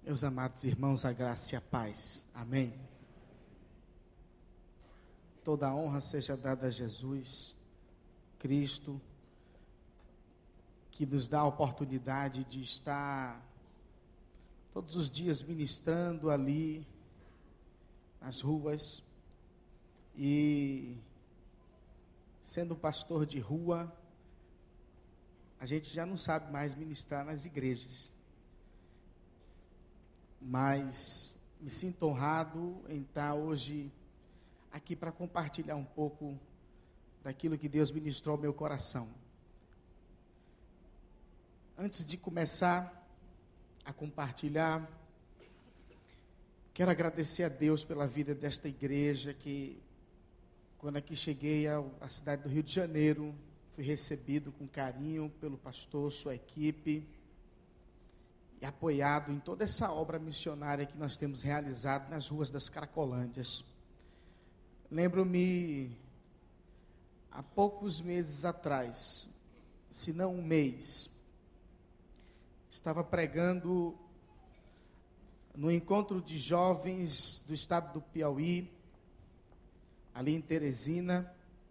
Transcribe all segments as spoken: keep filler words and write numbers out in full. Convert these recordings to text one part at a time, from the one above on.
Meus amados irmãos, a graça e a paz. Amém. Toda a honra seja dada a Jesus, Cristo, que nos dá a oportunidade de estar todos os dias ministrando ali nas ruas e sendo pastor de rua, a gente já não sabe mais ministrar nas igrejas. Mas me sinto honrado em estar hoje aqui para compartilhar um pouco daquilo que Deus ministrou ao meu coração. Antes de começar a compartilhar, quero agradecer a Deus pela vida desta igreja, que quando aqui cheguei à cidade do Rio de Janeiro, fui recebido com carinho pelo pastor, sua equipe, e apoiado em toda essa obra missionária que nós temos realizado nas ruas das Cracolândias. Lembro-me, há poucos meses atrás, se não um mês, estava pregando no encontro de jovens do estado do Piauí, ali em Teresina,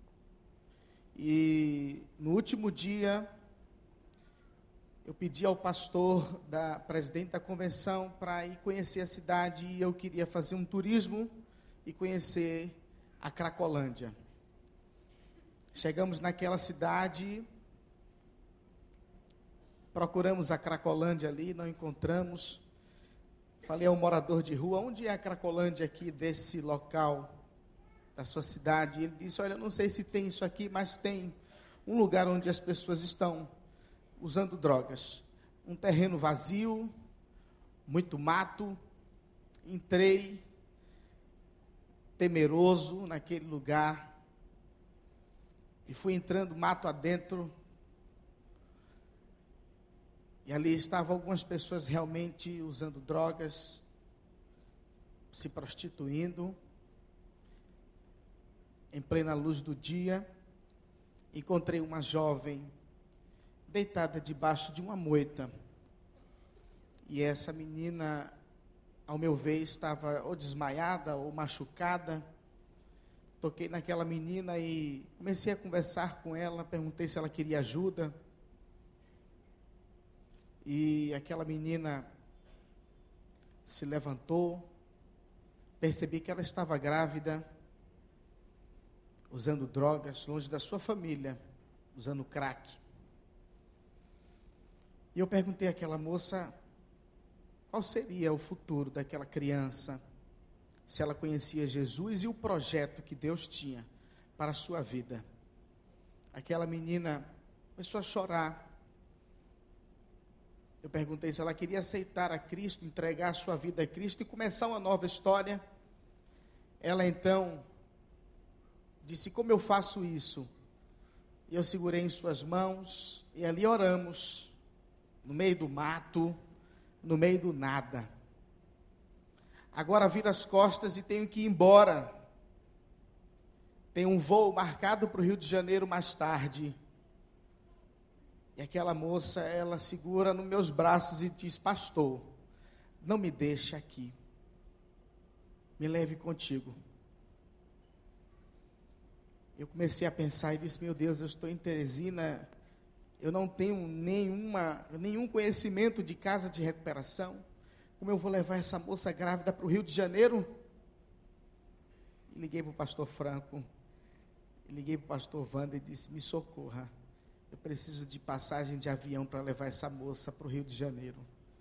e no último dia, eu pedi ao pastor, da presidente da convenção, para ir conhecer a cidade, e eu queria fazer um turismo e conhecer a Cracolândia. Chegamos naquela cidade, procuramos a Cracolândia ali, não encontramos. Falei ao morador de rua, onde é a Cracolândia aqui desse local, da sua cidade? E ele disse, olha, eu não sei se tem isso aqui, mas tem um lugar onde as pessoas estão usando drogas, um terreno vazio, muito mato. Entrei temeroso naquele lugar e fui entrando mato adentro, e ali estavam algumas pessoas realmente usando drogas, se prostituindo, em plena luz do dia. Encontrei uma jovem deitada debaixo de uma moita, e essa menina, ao meu ver, estava ou desmaiada ou machucada. Toquei naquela menina e comecei a conversar com ela, perguntei se ela queria ajuda, e aquela menina se levantou, percebi que ela estava grávida, usando drogas, longe da sua família, usando crack. E eu perguntei àquela moça qual seria o futuro daquela criança, se ela conhecia Jesus e o projeto que Deus tinha para a sua vida. Aquela menina começou a chorar. Eu perguntei se ela queria aceitar a Cristo, entregar a sua vida a Cristo e começar uma nova história. Ela então disse, como eu faço isso? E eu segurei em suas mãos e ali oramos, no meio do mato, no meio do nada. Agora viro as costas e tenho que ir embora. Tem um voo marcado para o Rio de Janeiro mais tarde. E aquela moça, ela segura nos meus braços e diz, pastor, não me deixe aqui. Me leve contigo. Eu comecei a pensar e disse, meu Deus, eu estou em Teresina, eu não tenho nenhuma, nenhum conhecimento de casa de recuperação. Como eu vou levar essa moça grávida para o Rio de Janeiro? E liguei para o pastor Franco, liguei para o pastor Wander e disse, me socorra, eu preciso de passagem de avião para levar essa moça para o Rio de Janeiro.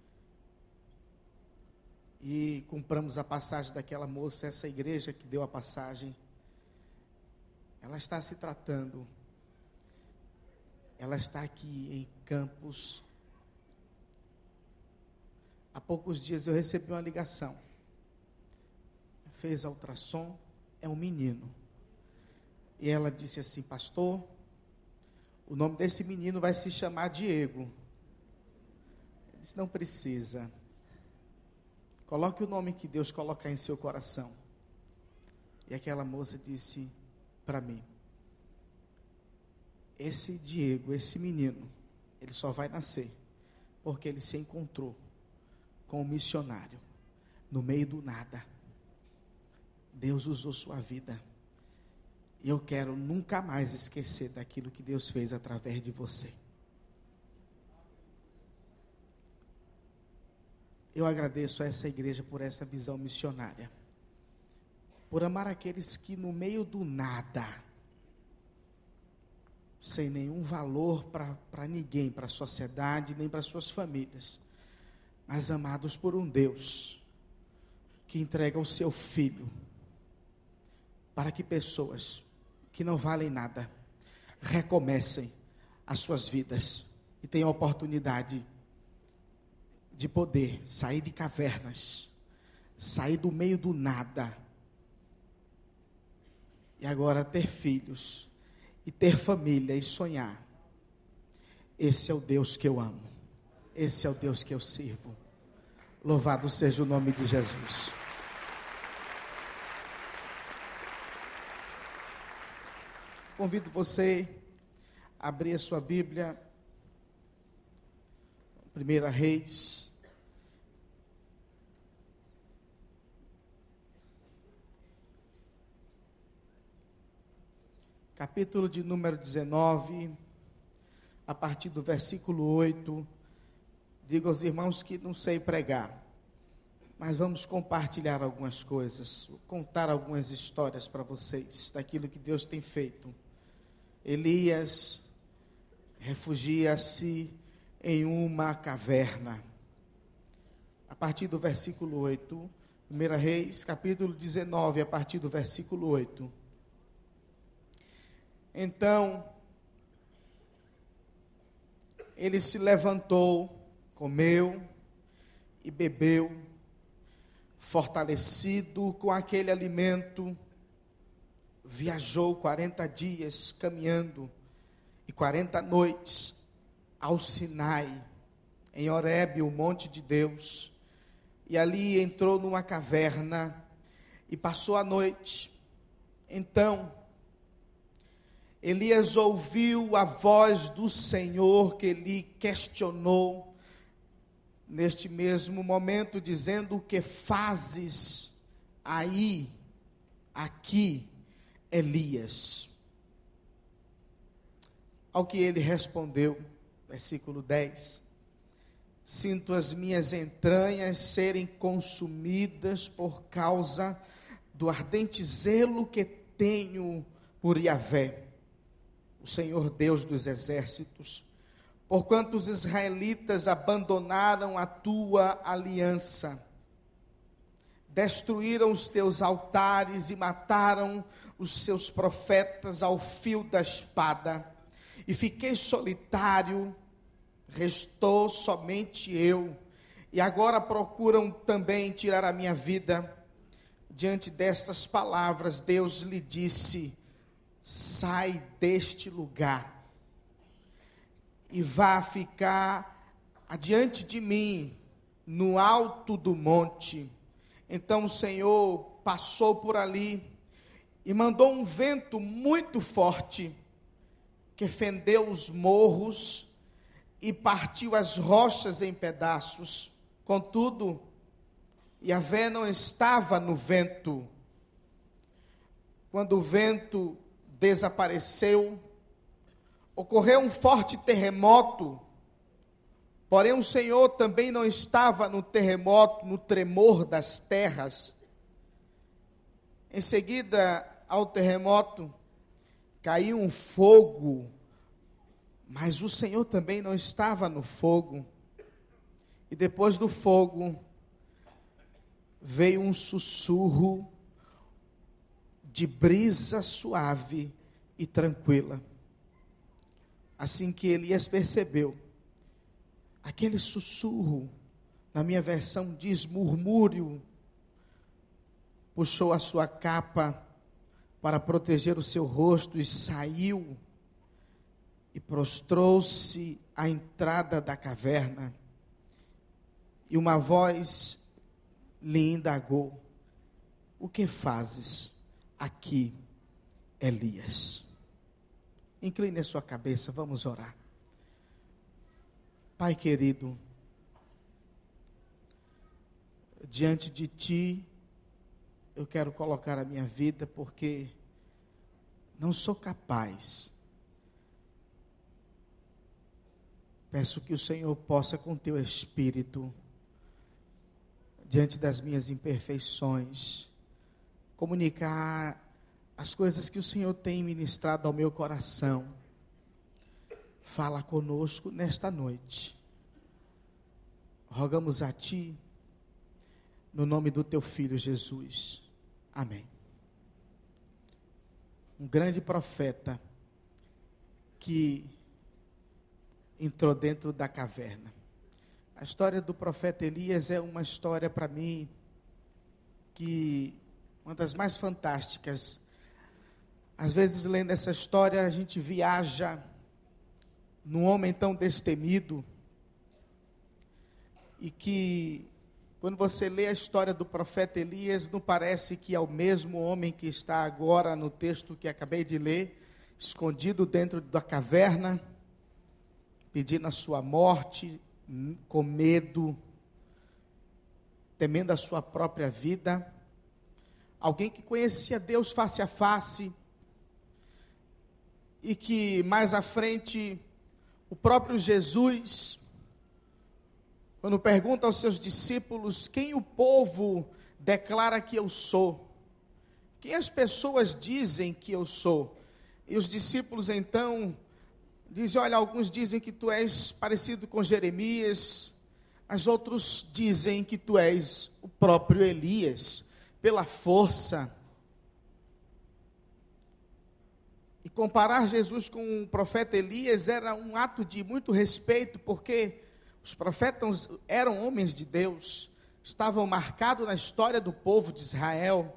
E compramos a passagem daquela moça, essa igreja que deu a passagem. Ela está se tratando. Ela está aqui em Campos. Há poucos dias eu recebi uma ligação. Fez a ultrassom, é um menino. E ela disse assim, pastor, o nome desse menino vai se chamar Diego. Ele disse, não precisa. Coloque o nome que Deus colocar em seu coração. E aquela moça disse para mim, esse Diego, esse menino, ele só vai nascer porque ele se encontrou com um missionário, no meio do nada. Deus usou sua vida. E eu quero nunca mais esquecer daquilo que Deus fez através de você. Eu agradeço a essa igreja por essa visão missionária. Por amar aqueles que no meio do nada, sem nenhum valor para ninguém, para a sociedade, nem para suas famílias, mas amados por um Deus que entrega o seu Filho, para que pessoas que não valem nada recomecem as suas vidas e tenham a oportunidade de poder sair de cavernas, sair do meio do nada, e agora ter filhos, e ter família, e sonhar. Esse é o Deus que eu amo, esse é o Deus que eu sirvo. Louvado seja o nome de Jesus. Convido você a abrir a sua Bíblia, Primeira Reis, capítulo de número dezenove, a partir do versículo oito. Digo aos irmãos que não sei pregar, mas vamos compartilhar algumas coisas, contar algumas histórias para vocês, daquilo que Deus tem feito. Elias refugia-se em uma caverna. A partir do versículo oito, Primeira Reis, capítulo dezenove, a partir do versículo oito. Então, ele se levantou, comeu e bebeu, fortalecido com aquele alimento, viajou quarenta dias caminhando e quarenta noites ao Sinai, em Horebe, o monte de Deus, e ali entrou numa caverna e passou a noite. Então, Elias ouviu a voz do Senhor que lhe questionou, neste mesmo momento, dizendo: o que fazes aí, aqui, Elias? Ao que ele respondeu, versículo dez: sinto as minhas entranhas serem consumidas por causa do ardente zelo que tenho por Yahvé, o Senhor Deus dos exércitos, porquanto os israelitas abandonaram a tua aliança, destruíram os teus altares e mataram os seus profetas ao fio da espada, e fiquei solitário, restou somente eu, e agora procuram também tirar a minha vida. Diante destas palavras, Deus lhe disse: sai deste lugar e vá ficar adiante de mim, no alto do monte. Então o Senhor passou por ali e mandou um vento muito forte, que fendeu os morros e partiu as rochas em pedaços. Contudo, Yahvé não estava no vento. Quando o vento desapareceu, ocorreu um forte terremoto, porém o Senhor também não estava no terremoto, no tremor das terras. Em seguida ao terremoto, caiu um fogo, mas o Senhor também não estava no fogo. E depois do fogo, veio um sussurro de brisa suave e tranquila. Assim que Elias percebeu, aquele sussurro, na minha versão diz murmúrio, puxou a sua capa para proteger o seu rosto e saiu e prostrou-se à entrada da caverna. E uma voz lhe indagou: o que fazes aqui, Elias? Incline a sua cabeça, vamos orar. Pai querido, diante de Ti, eu quero colocar a minha vida, porque não sou capaz. Peço que o Senhor possa, com Teu Espírito, diante das minhas imperfeições, comunicar as coisas que o Senhor tem ministrado ao meu coração. Fala conosco nesta noite. Rogamos a Ti, no nome do Teu Filho Jesus. Amém. Um grande profeta que entrou dentro da caverna. A história do profeta Elias é uma história para mim que uma das mais fantásticas. Às vezes, lendo essa história, a gente viaja num homem tão destemido, e que, quando você lê a história do profeta Elias, não parece que é o mesmo homem que está agora no texto que acabei de ler, escondido dentro da caverna, pedindo a sua morte, com medo, temendo a sua própria vida. Alguém que conhecia Deus face a face, e que mais à frente, o próprio Jesus, quando pergunta aos seus discípulos: quem o povo declara que eu sou? Quem as pessoas dizem que eu sou? E os discípulos então dizem: olha, alguns dizem que tu és parecido com Jeremias, mas outros dizem que tu és o próprio Elias, pela força. E comparar Jesus com o profeta Elias era um ato de muito respeito, porque os profetas eram homens de Deus, estavam marcados na história do povo de Israel.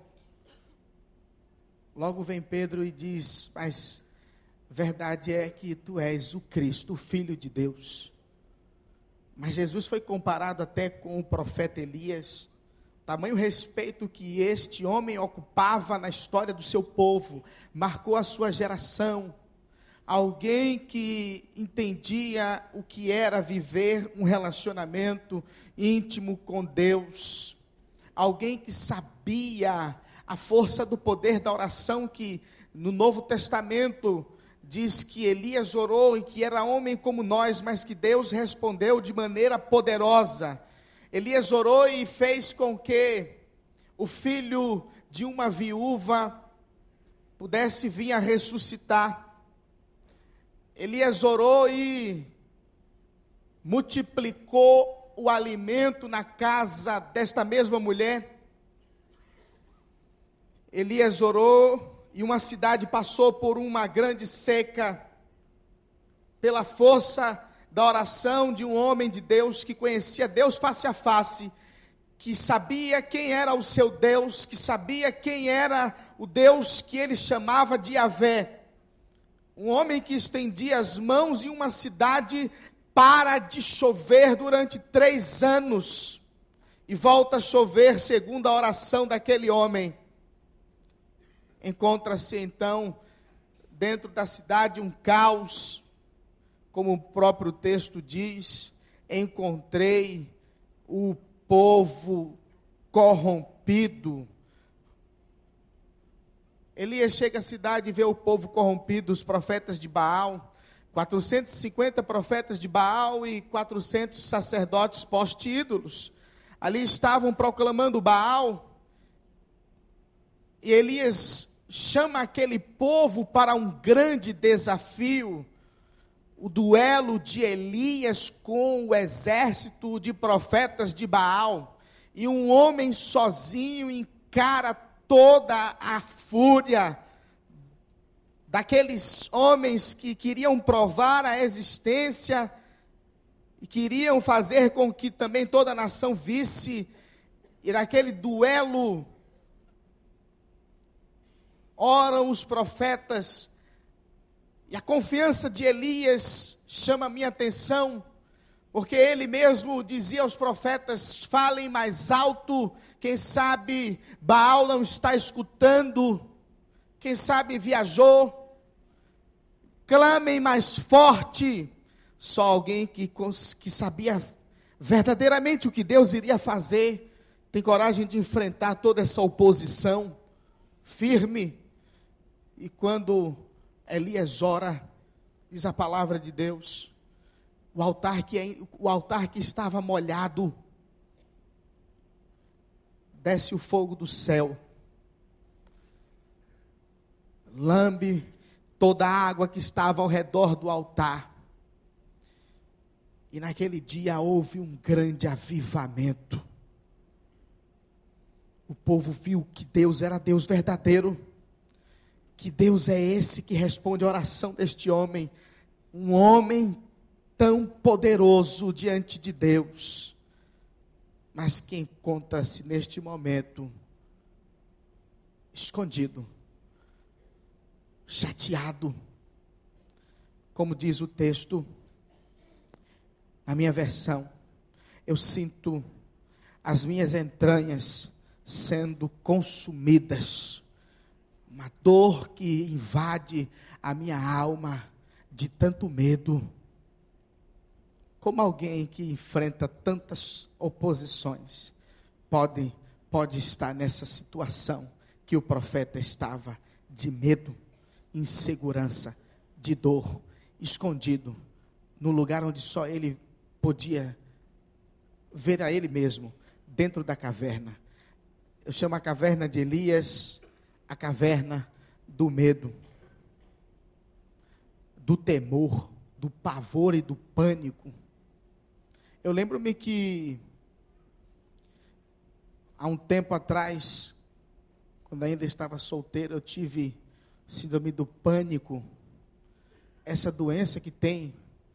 Logo vem Pedro e diz: mas verdade é que tu és o Cristo, o Filho de Deus. Mas Jesus foi comparado até com o profeta Elias. Tamanho respeito que este homem ocupava na história do seu povo, marcou a sua geração. Alguém que entendia o que era viver um relacionamento íntimo com Deus. Alguém que sabia a força do poder da oração, que no Novo Testamento diz que Elias orou e que era homem como nós, mas que Deus respondeu de maneira poderosa. Elias orou e fez com que o filho de uma viúva pudesse vir a ressuscitar. Elias orou e multiplicou o alimento na casa desta mesma mulher. Elias orou e uma cidade passou por uma grande seca, pela força da oração de um homem de Deus, que conhecia Deus face a face, que sabia quem era o seu Deus, que sabia quem era o Deus que ele chamava de Yahvé. Um homem que estendia as mãos em uma cidade, para de chover durante três anos, e volta a chover segundo a oração daquele homem. Encontra-se então, dentro da cidade, um caos, como o próprio texto diz: encontrei o povo corrompido. Elias chega à cidade e vê o povo corrompido, os profetas de Baal, quatrocentos e cinquenta profetas de Baal e quatrocentos sacerdotes poste-ídolos. Ali estavam proclamando Baal, e Elias chama aquele povo para um grande desafio, o duelo de Elias com o exército de profetas de Baal, e um homem sozinho encara toda a fúria daqueles homens que queriam provar a existência e queriam fazer com que também toda a nação visse. E naquele duelo oram os profetas, e a confiança de Elias chama a minha atenção, porque ele mesmo dizia aos profetas: falem mais alto, quem sabe Baal não está escutando, quem sabe viajou, clamem mais forte. Só alguém que, que sabia verdadeiramente o que Deus iria fazer tem coragem de enfrentar toda essa oposição firme. E quando Elias ora, diz a palavra de Deus, o altar que, o altar que estava molhado, desce o fogo do céu, lambe toda a água que estava ao redor do altar. E naquele dia houve um grande avivamento. O povo viu que Deus era Deus verdadeiro, que Deus é esse que responde a oração deste homem, um homem tão poderoso diante de Deus, mas que encontra-se neste momento escondido, chateado, como diz o texto, na minha versão, eu sinto as minhas entranhas sendo consumidas, uma dor que invade a minha alma de tanto medo. Como alguém que enfrenta tantas oposições pode, pode estar nessa situação que o profeta estava, de medo, insegurança, de dor, escondido, no lugar onde só ele podia ver a ele mesmo, dentro da caverna. Eu chamo a caverna de Elias, a caverna do medo, do temor, do pavor e do pânico. Eu lembro-me que, há um tempo atrás, quando ainda estava solteiro, eu tive síndrome do pânico, essa doença que tem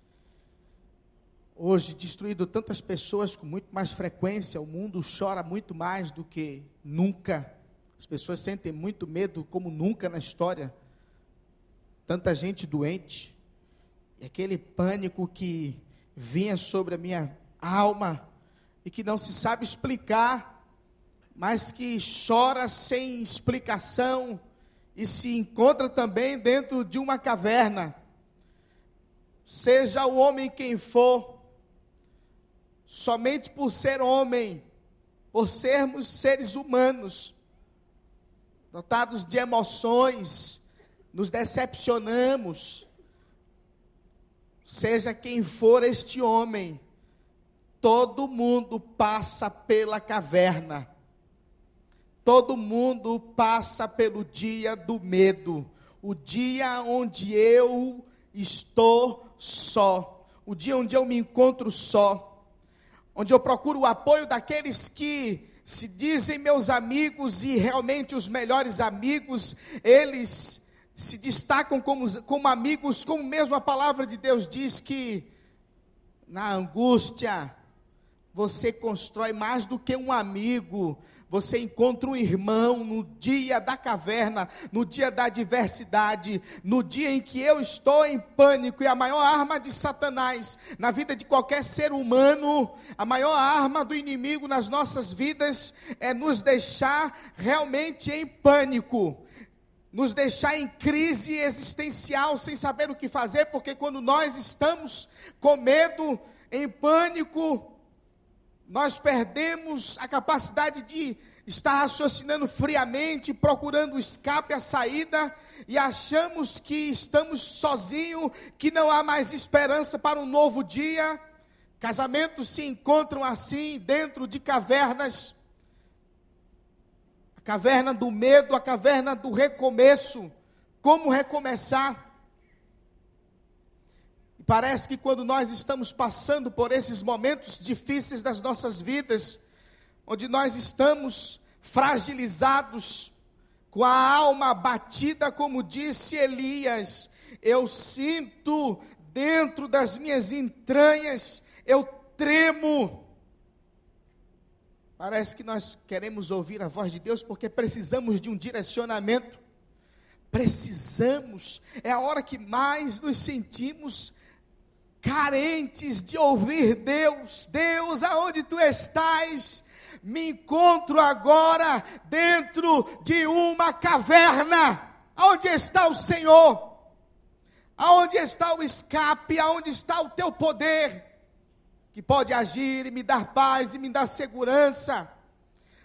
hoje destruído tantas pessoas com muito mais frequência. O mundo chora muito mais do que nunca. As pessoas sentem muito medo como nunca na história. Tanta gente doente. E aquele pânico que vinha sobre a minha alma e que não se sabe explicar, mas que chora sem explicação e se encontra também dentro de uma caverna. Seja o homem quem for, somente por ser homem, por sermos seres humanos, dotados de emoções, nos decepcionamos. Seja quem for este homem, todo mundo passa pela caverna, todo mundo passa pelo dia do medo, o dia onde eu estou só, o dia onde eu me encontro só, onde eu procuro o apoio daqueles que se dizem meus amigos e realmente os melhores amigos, eles se destacam como, como amigos, como mesmo a palavra de Deus diz que na angústia você constrói mais do que um amigo, você encontra um irmão no dia da caverna, no dia da adversidade, no dia em que eu estou em pânico. E a maior arma de Satanás na vida de qualquer ser humano, a maior arma do inimigo nas nossas vidas é nos deixar realmente em pânico, nos deixar em crise existencial, sem saber o que fazer, porque quando nós estamos com medo, em pânico, nós perdemos a capacidade de estar raciocinando friamente, procurando o escape, a saída, e achamos que estamos sozinhos, que não há mais esperança para um novo dia. Casamentos se encontram assim, dentro de cavernas, a caverna do medo, a caverna do recomeço. Como recomeçar? Parece que quando nós estamos passando por esses momentos difíceis das nossas vidas, onde nós estamos fragilizados, com a alma abatida, como disse Elias, eu sinto dentro das minhas entranhas, eu tremo. Parece que nós queremos ouvir a voz de Deus, porque precisamos de um direcionamento, precisamos, é a hora que mais nos sentimos carentes de ouvir Deus. Deus, aonde tu estás? Me encontro agora dentro de uma caverna. Aonde está o Senhor? Aonde está o escape? Aonde está o teu poder, que pode agir e me dar paz e me dar segurança?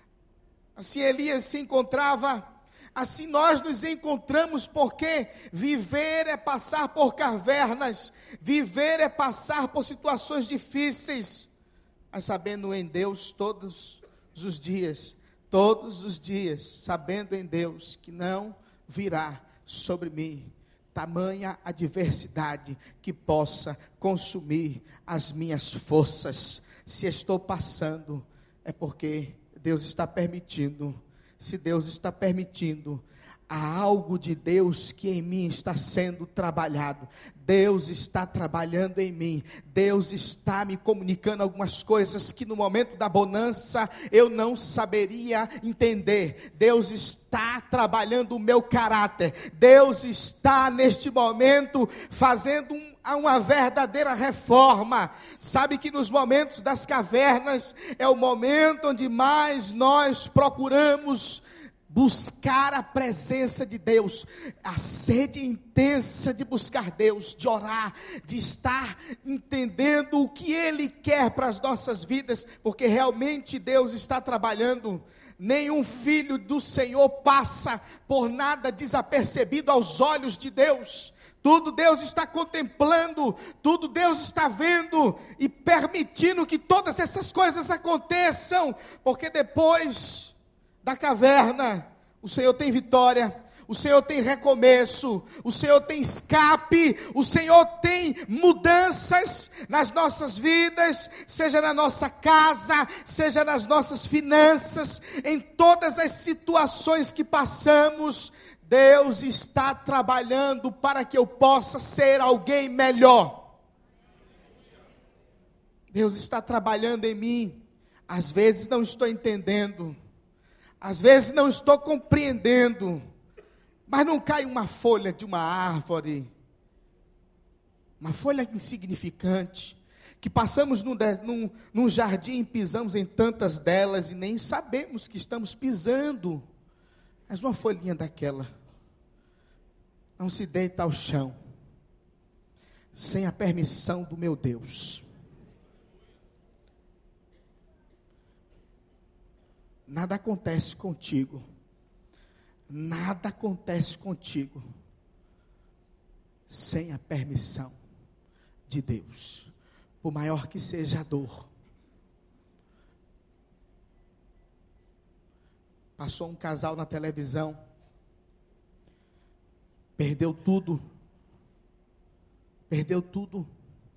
Assim Elias se encontrava, assim nós nos encontramos, porque viver é passar por cavernas, viver é passar por situações difíceis, mas sabendo em Deus todos os dias, todos os dias, sabendo em Deus que não virá sobre mim tamanha adversidade que possa consumir as minhas forças. Se estou passando, é porque Deus está permitindo. Se Deus está permitindo, há algo de Deus que em mim está sendo trabalhado. Deus está trabalhando em mim. Deus está me comunicando algumas coisas que no momento da bonança eu não saberia entender. Deus está trabalhando o meu caráter. Deus está neste momento fazendo um uma verdadeira reforma. Sabe que nos momentos das cavernas é o momento onde mais nós procuramos buscar a presença de Deus, a sede intensa de buscar Deus, de orar, de estar entendendo o que Ele quer para as nossas vidas, porque realmente Deus está trabalhando. Nenhum filho do Senhor passa por nada desapercebido aos olhos de Deus. Tudo Deus está contemplando, tudo Deus está vendo e permitindo que todas essas coisas aconteçam, porque depois da caverna, o Senhor tem vitória, o Senhor tem recomeço, o Senhor tem escape, o Senhor tem mudanças nas nossas vidas, seja na nossa casa, seja nas nossas finanças, em todas as situações que passamos. Deus está trabalhando para que eu possa ser alguém melhor. Deus está trabalhando em mim. Às vezes não estou entendendo, às vezes não estou compreendendo, mas não cai uma folha de uma árvore, uma folha insignificante, que passamos num, num, num jardim e pisamos em tantas delas e nem sabemos que estamos pisando. Mas uma folhinha daquela não se deita ao chão sem a permissão do meu Deus. Nada acontece contigo, nada acontece contigo sem a permissão de Deus, por maior que seja a dor. Passou um casal na televisão, perdeu tudo, perdeu tudo,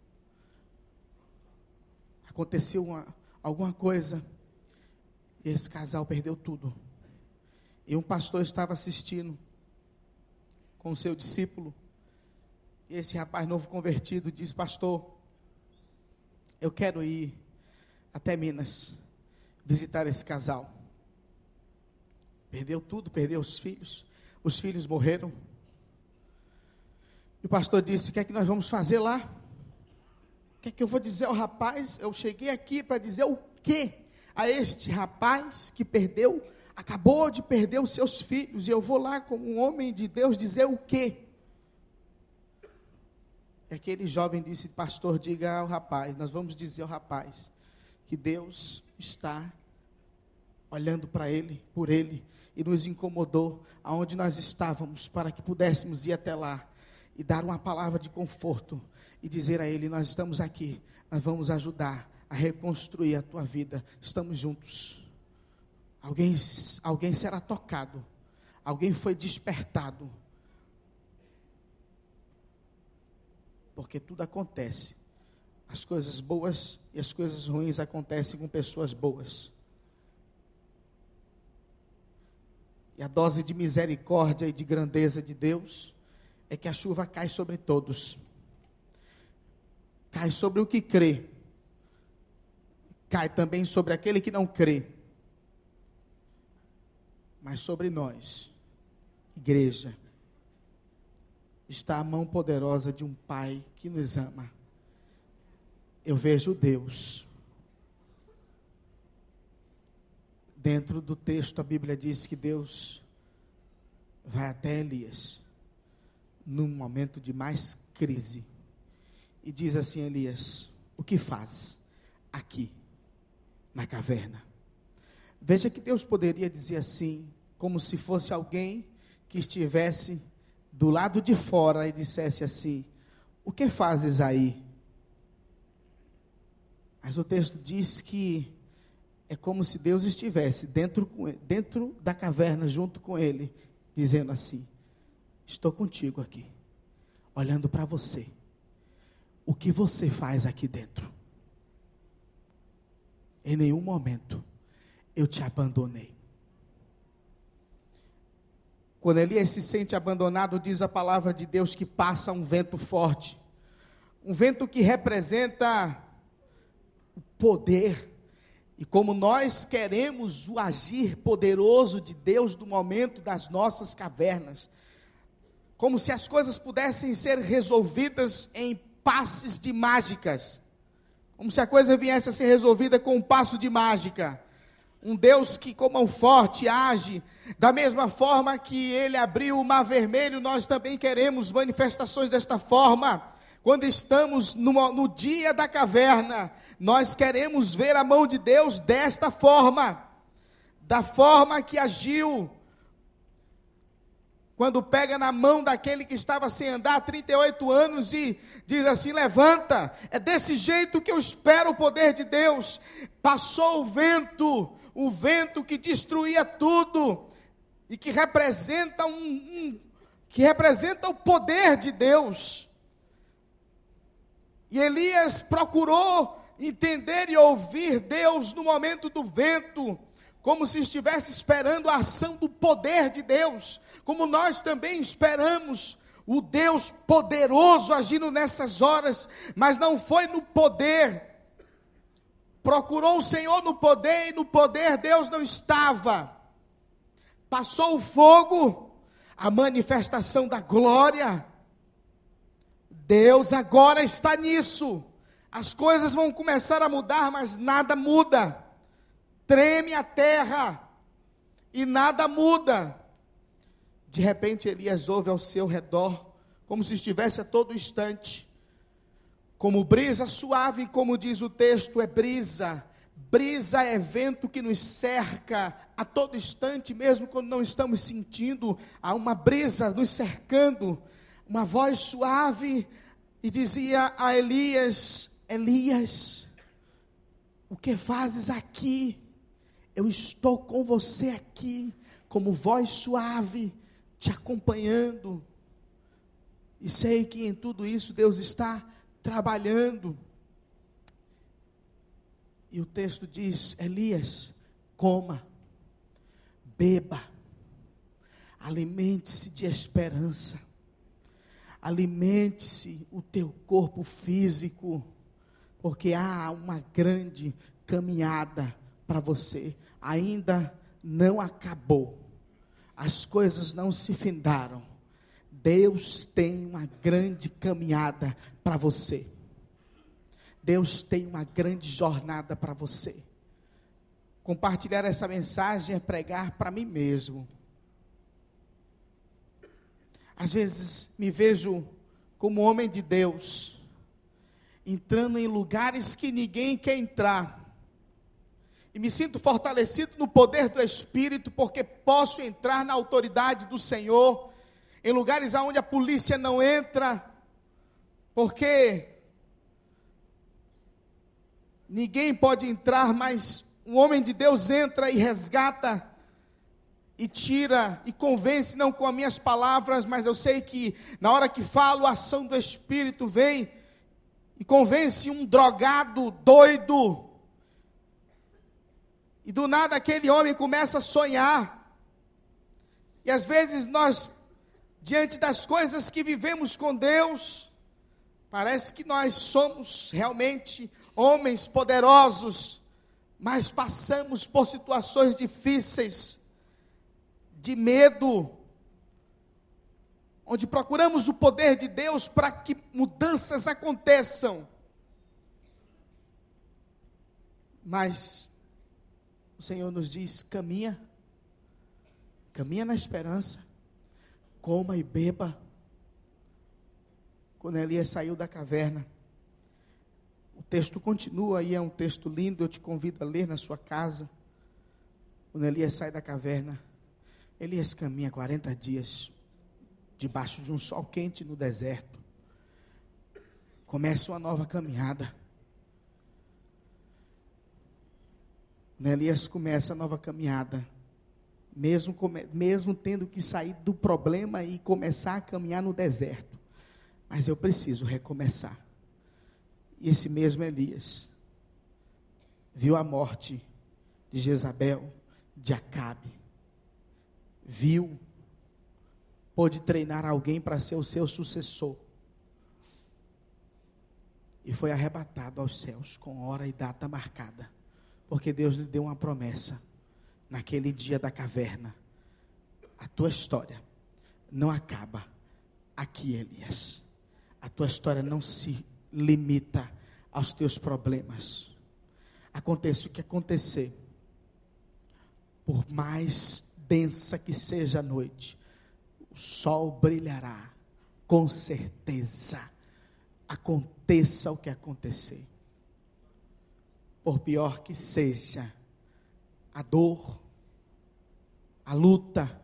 aconteceu uma, alguma coisa, e esse casal perdeu tudo, e um pastor estava assistindo, com o seu discípulo, e esse rapaz novo convertido disse: pastor, eu quero ir até Minas, visitar esse casal. Perdeu tudo, perdeu os filhos, os filhos morreram. E o pastor disse: o que é que nós vamos fazer lá? O que é que eu vou dizer ao rapaz? Eu cheguei aqui para dizer o quê a este rapaz que perdeu, acabou de perder os seus filhos, e eu vou lá como um homem de Deus dizer o quê? E aquele jovem disse: pastor, diga ao rapaz, nós vamos dizer ao rapaz, que Deus está olhando para ele, por ele, e nos incomodou aonde nós estávamos, para que pudéssemos ir até lá, e dar uma palavra de conforto, e dizer a ele: nós estamos aqui, nós vamos ajudar a reconstruir a tua vida, estamos juntos. Alguém, alguém será tocado, alguém foi despertado, porque tudo acontece, as coisas boas e as coisas ruins acontecem com pessoas boas. E a dose de misericórdia e de grandeza de Deus é que a chuva cai sobre todos. Cai sobre o que crê. Cai também sobre aquele que não crê. Mas sobre nós, igreja, está a mão poderosa de um Pai que nos ama. Eu vejo Deus. Dentro do texto, a Bíblia diz que Deus vai até Elias, num momento de mais crise, e diz assim: Elias, o que faz aqui, na caverna? Veja que Deus poderia dizer assim, como se fosse alguém que estivesse do lado de fora e dissesse assim: o que fazes aí? Mas o texto diz que é como se Deus estivesse dentro, dentro da caverna junto com ele, dizendo assim: estou contigo aqui, olhando para você. O que você faz aqui dentro? Em nenhum momento eu te abandonei. Quando Elias se sente abandonado, diz a palavra de Deus que passa um vento forte, um vento que representa o poder. E como nós queremos o agir poderoso de Deus no momento das nossas cavernas, como se as coisas pudessem ser resolvidas em passes de mágicas, como se a coisa viesse a ser resolvida com um passo de mágica. Um Deus que com mão forte age, da mesma forma que Ele abriu o mar vermelho, nós também queremos manifestações desta forma. Quando estamos no, no dia da caverna, nós queremos ver a mão de Deus desta forma, da forma que agiu, quando pega na mão daquele que estava sem andar há trinta e oito anos e diz assim: levanta. É desse jeito que eu espero o poder de Deus. Passou o vento, o vento que destruía tudo, e que representa, um, um, que representa o poder de Deus. E Elias procurou entender e ouvir Deus no momento do vento, como se estivesse esperando a ação do poder de Deus, como nós também esperamos o Deus poderoso agindo nessas horas, mas não foi no poder. Procurou o Senhor no poder, e no poder Deus não estava. Passou o fogo, a manifestação da glória. Deus agora está nisso. As coisas vão começar a mudar, mas nada muda. Treme a terra e nada muda. De repente Elias ouve ao seu redor, como se estivesse a todo instante, como brisa suave, como diz o texto, é brisa. Brisa é vento que nos cerca a todo instante, mesmo quando não estamos sentindo, há uma brisa nos cercando. Uma voz suave, e dizia a Elias: Elias, o que fazes aqui? Eu estou com você aqui, como voz suave, te acompanhando, e sei que em tudo isso Deus está trabalhando. E o texto diz: Elias, coma, beba, alimente-se de esperança, alimente-se o teu corpo físico, porque há uma grande caminhada para você, ainda não acabou, as coisas não se findaram, Deus tem uma grande caminhada para você, Deus tem uma grande jornada para você. Compartilhar essa mensagem é pregar para mim mesmo. Às vezes me vejo como homem de Deus, entrando em lugares que ninguém quer entrar, e me sinto fortalecido no poder do Espírito, porque posso entrar na autoridade do Senhor, em lugares onde a polícia não entra, porque ninguém pode entrar, mas um homem de Deus entra e resgata, e tira, e convence, não com as minhas palavras, mas eu sei que na hora que falo, a ação do Espírito vem, e convence um drogado, doido, e do nada aquele homem começa a sonhar, e às vezes nós, diante das coisas que vivemos com Deus, parece que nós somos realmente homens poderosos, mas passamos por situações difíceis, de medo, onde procuramos o poder de Deus para que mudanças aconteçam, mas o Senhor nos diz: caminha, caminha na esperança, coma e beba. Quando Elias saiu da caverna, o texto continua, e é um texto lindo, eu te convido a ler na sua casa. Quando Elias sai da caverna, Elias caminha quarenta dias, debaixo de um sol quente no deserto. Começa uma nova caminhada. Quando Elias começa a nova caminhada, mesmo, mesmo tendo que sair do problema e começar a caminhar no deserto, mas eu preciso recomeçar. E esse mesmo Elias viu a morte de Jezabel, de Acabe, viu, pôde treinar alguém para ser o seu sucessor, e foi arrebatado aos céus com hora e data marcada, porque Deus lhe deu uma promessa. Naquele dia da caverna, a tua história não acaba aqui, Elias. A tua história não se limita aos teus problemas. Aconteça o que acontecer, por mais densa que seja a noite, o sol brilhará, com certeza. Aconteça o que acontecer. Por pior que seja a dor, a luta,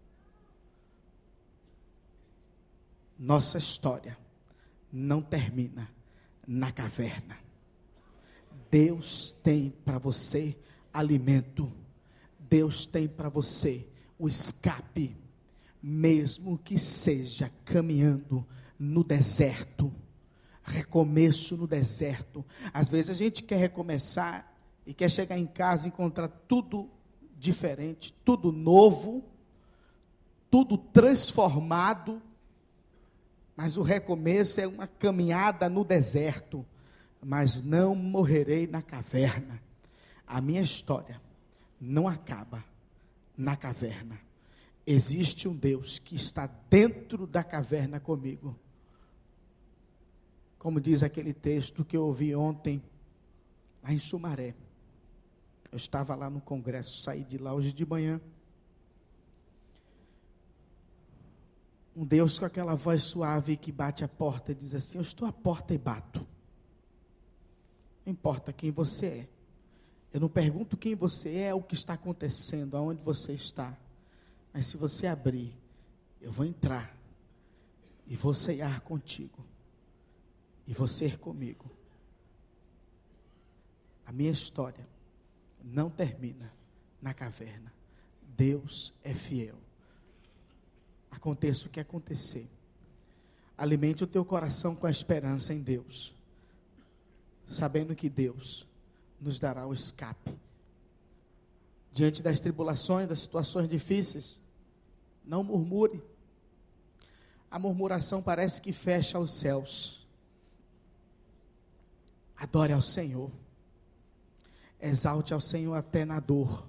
nossa história não termina na caverna. Deus tem para você alimento. Deus tem para você o escape, mesmo que seja caminhando no deserto. Recomeço no deserto. Às vezes a gente quer recomeçar e quer chegar em casa e encontrar tudo diferente, tudo novo, tudo transformado, mas o recomeço é uma caminhada no deserto. Mas não morrerei na caverna. A minha história não acaba na caverna. Existe um Deus que está dentro da caverna comigo. Como diz aquele texto que eu ouvi ontem, lá em Sumaré. Eu estava lá no congresso, saí de lá hoje de manhã. Um Deus com aquela voz suave que bate a porta e diz assim: eu estou à porta e bato. Não importa quem você é. Eu não pergunto quem você é, o que está acontecendo, aonde você está. Mas se você abrir, eu vou entrar e vou ceiar contigo. E você comigo. A minha história não termina na caverna. Deus é fiel. Aconteça o que acontecer. Alimente o teu coração com a esperança em Deus, sabendo que Deus nos dará o escape. Diante das tribulações, das situações difíceis, não murmure. A murmuração parece que fecha os céus. Adore ao Senhor. Exalte ao Senhor até na dor,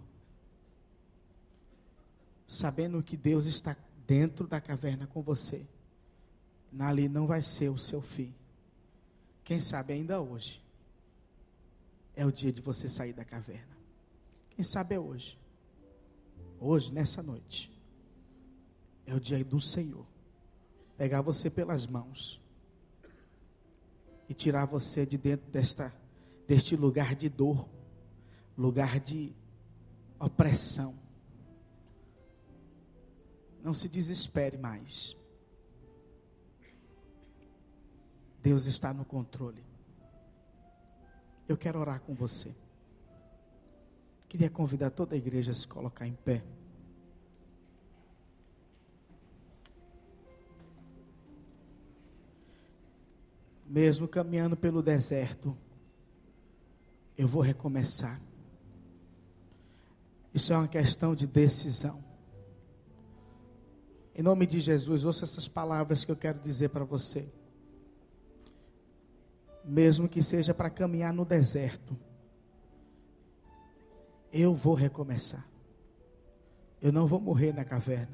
sabendo que Deus está dentro da caverna com você. Ali não vai ser o seu fim. Quem sabe ainda hoje é o dia de você sair da caverna. Quem sabe é hoje. Hoje, nessa noite, é o dia do Senhor pegar você pelas mãos e tirar você de dentro desta, deste lugar de dor, lugar de opressão. Não se desespere mais. Deus está no controle. Eu quero orar com você. Queria convidar toda a igreja a se colocar em pé. Mesmo caminhando pelo deserto, eu vou recomeçar. Isso é uma questão de decisão. Em nome de Jesus, ouça essas palavras que eu quero dizer para você. Mesmo que seja para caminhar no deserto, eu vou recomeçar. Eu não vou morrer na caverna.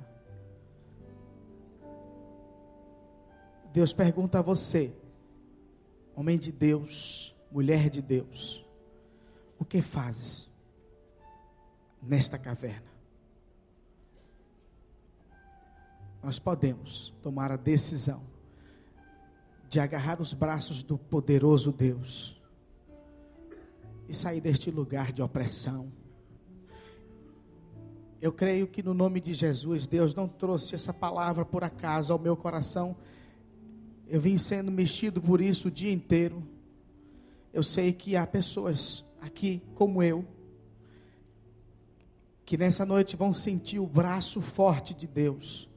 Deus pergunta a você, homem de Deus, mulher de Deus, o que fazes nesta caverna? Nós podemos tomar a decisão de agarrar os braços do poderoso Deus e sair deste lugar de opressão, Eu creio que no nome de Jesus, Deus não trouxe essa palavra por acaso ao meu coração. Eu vim sendo mexido por isso o dia inteiro. Eu sei que há pessoas aqui como eu, que nessa noite vão sentir o braço forte de Deus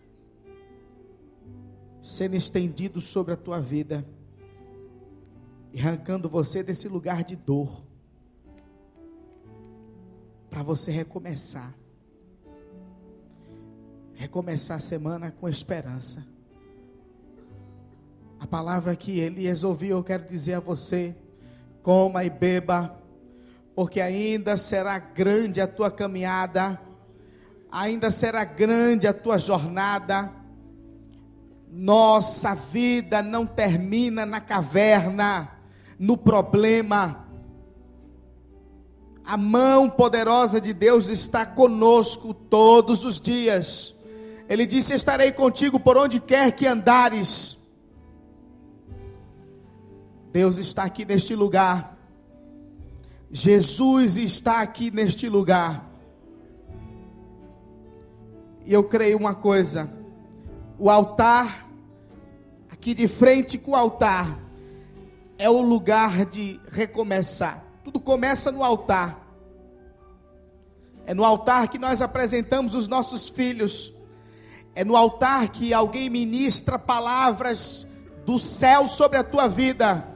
sendo estendido sobre a tua vida, e arrancando você desse lugar de dor, para você recomeçar, recomeçar a semana com esperança. A palavra que Elias ouviu, eu quero dizer a você: coma e beba, porque ainda será grande a tua caminhada, ainda será grande a tua jornada. Nossa vida não termina na caverna, no problema. A mão poderosa de Deus está conosco todos os dias. Ele disse: estarei contigo por onde quer que andares. Deus está aqui neste lugar. Jesus está aqui neste lugar. E eu creio uma coisa: o altar, aqui de frente com o altar, é o lugar de recomeçar. Tudo começa no altar. É no altar que nós apresentamos os nossos filhos. É no altar que alguém ministra palavras do céu sobre a tua vida.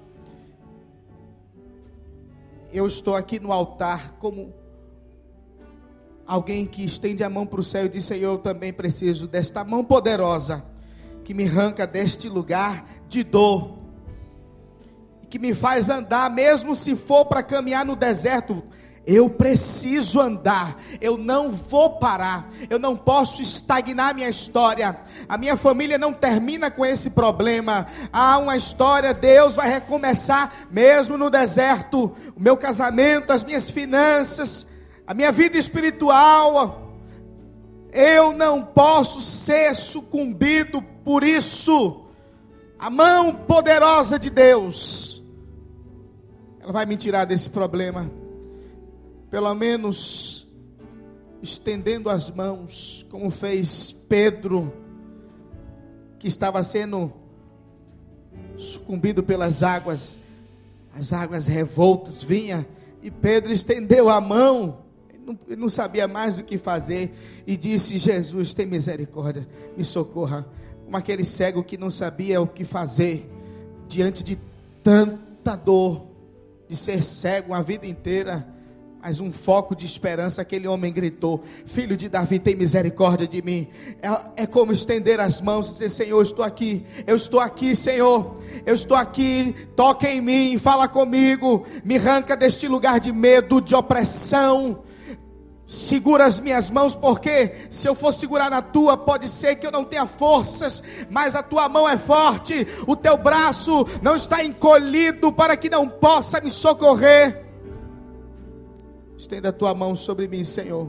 Eu estou aqui no altar como alguém que estende a mão para o céu e diz: Senhor, eu também preciso desta mão poderosa, que me arranca deste lugar de dor, que me faz andar, mesmo se for para caminhar no deserto. Eu preciso andar, eu não vou parar, eu não posso estagnar minha história. A minha família não termina com esse problema. Há uma história, Deus vai recomeçar mesmo no deserto. O meu casamento, as minhas finanças, a minha vida espiritual, eu não posso ser sucumbido por isso. A mão poderosa de Deus, ela vai me tirar desse problema. Pelo menos estendendo as mãos, como fez Pedro, que estava sendo sucumbido pelas águas. As águas revoltas vinham, e Pedro estendeu a mão. Ele não, ele não sabia mais o que fazer, e disse: Jesus, tem misericórdia, me socorra. Como aquele cego que não sabia o que fazer, diante de tanta dor, de ser cego a vida inteira, mas um foco de esperança. Aquele homem gritou: Filho de Davi, tem misericórdia de mim. É, é como estender as mãos e dizer: Senhor, eu estou aqui, eu estou aqui, Senhor, eu estou aqui, toca em mim, fala comigo, me arranca deste lugar de medo, de opressão. Segura as minhas mãos, porque se eu for segurar na tua, pode ser que eu não tenha forças, mas a tua mão é forte, o teu braço não está encolhido para que não possa me socorrer. Estenda a tua mão sobre mim, Senhor.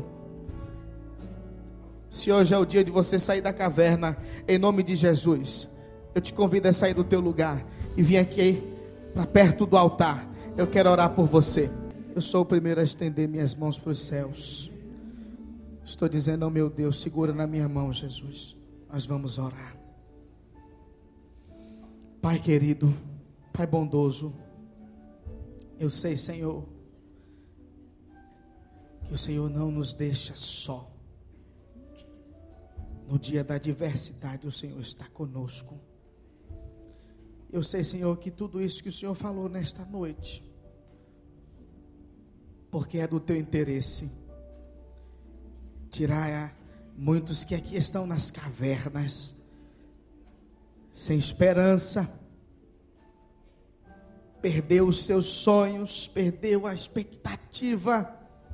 Se hoje é o dia de você sair da caverna, em nome de Jesus, eu te convido a sair do teu lugar e vir aqui para perto do altar. Eu quero orar por você. Eu sou o primeiro a estender minhas mãos para os céus. Estou dizendo: oh meu Deus, segura na minha mão, Jesus. Nós vamos orar. Pai querido, Pai bondoso, eu sei, Senhor, que o Senhor não nos deixa só. No dia da adversidade, o Senhor está conosco. Eu sei, Senhor, que tudo isso que o Senhor falou nesta noite, porque é do teu interesse tirar muitos que aqui estão nas cavernas, sem esperança, perdeu os seus sonhos, perdeu a expectativa,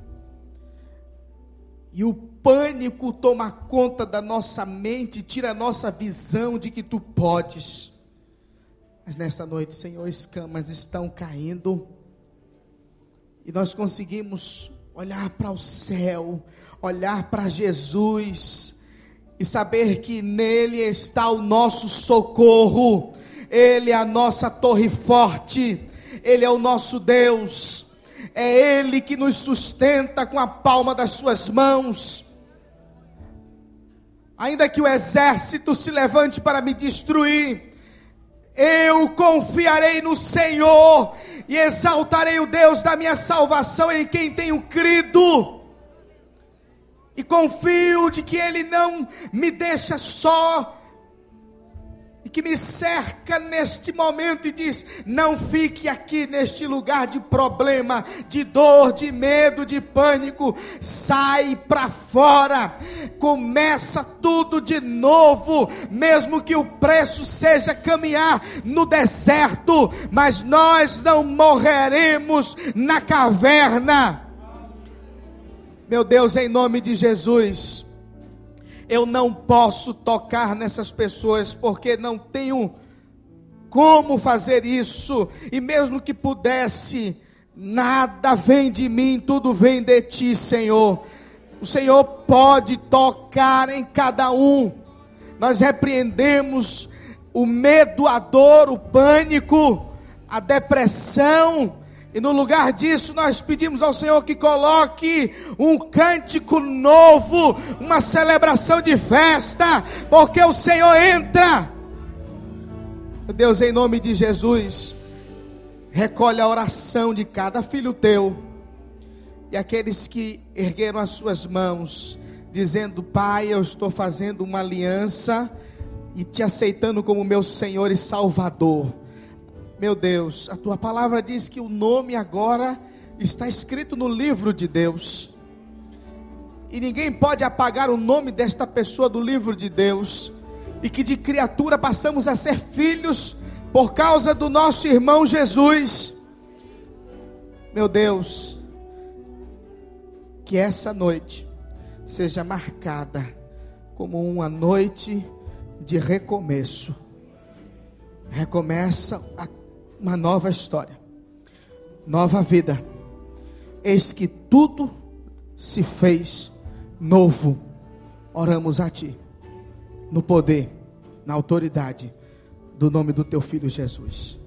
e o pânico toma conta da nossa mente, tira a nossa visão de que tu podes. Mas nesta noite, Senhor, escamas estão caindo, e nós conseguimos olhar para o céu, olhar para Jesus, e saber que nele está o nosso socorro. Ele é a nossa torre forte, Ele é o nosso Deus, é Ele que nos sustenta com a palma das suas mãos. Ainda que o exército se levante para me destruir, eu confiarei no Senhor e exaltarei o Deus da minha salvação, em quem tenho crido. E confio de que Ele não me deixa só, e que me cerca neste momento e diz: não fique aqui neste lugar de problema, de dor, de medo, de pânico. Sai para fora, começa tudo de novo, mesmo que o preço seja caminhar no deserto, mas nós não morreremos na caverna. Meu Deus, em nome de Jesus, eu não posso tocar nessas pessoas, porque não tenho como fazer isso, e mesmo que pudesse, nada vem de mim, tudo vem de ti, Senhor. O Senhor pode tocar em cada um. Nós repreendemos o medo, a dor, o pânico, a depressão, e no lugar disso nós pedimos ao Senhor que coloque um cântico novo, uma celebração de festa, porque o Senhor entra. Deus, em nome de Jesus, recolhe a oração de cada filho teu, e aqueles que ergueram as suas mãos, dizendo: Pai, eu estou fazendo uma aliança e te aceitando como meu Senhor e Salvador. Meu Deus, a tua palavra diz que o nome agora está escrito no livro de Deus, e ninguém pode apagar o nome desta pessoa do livro de Deus, e que de criatura passamos a ser filhos por causa do nosso irmão Jesus. Meu Deus, que essa noite seja marcada como uma noite de recomeço. Recomeça uma nova história, nova vida. Eis que tudo se fez novo. Oramos a ti, no poder, na autoridade do nome do teu Filho Jesus.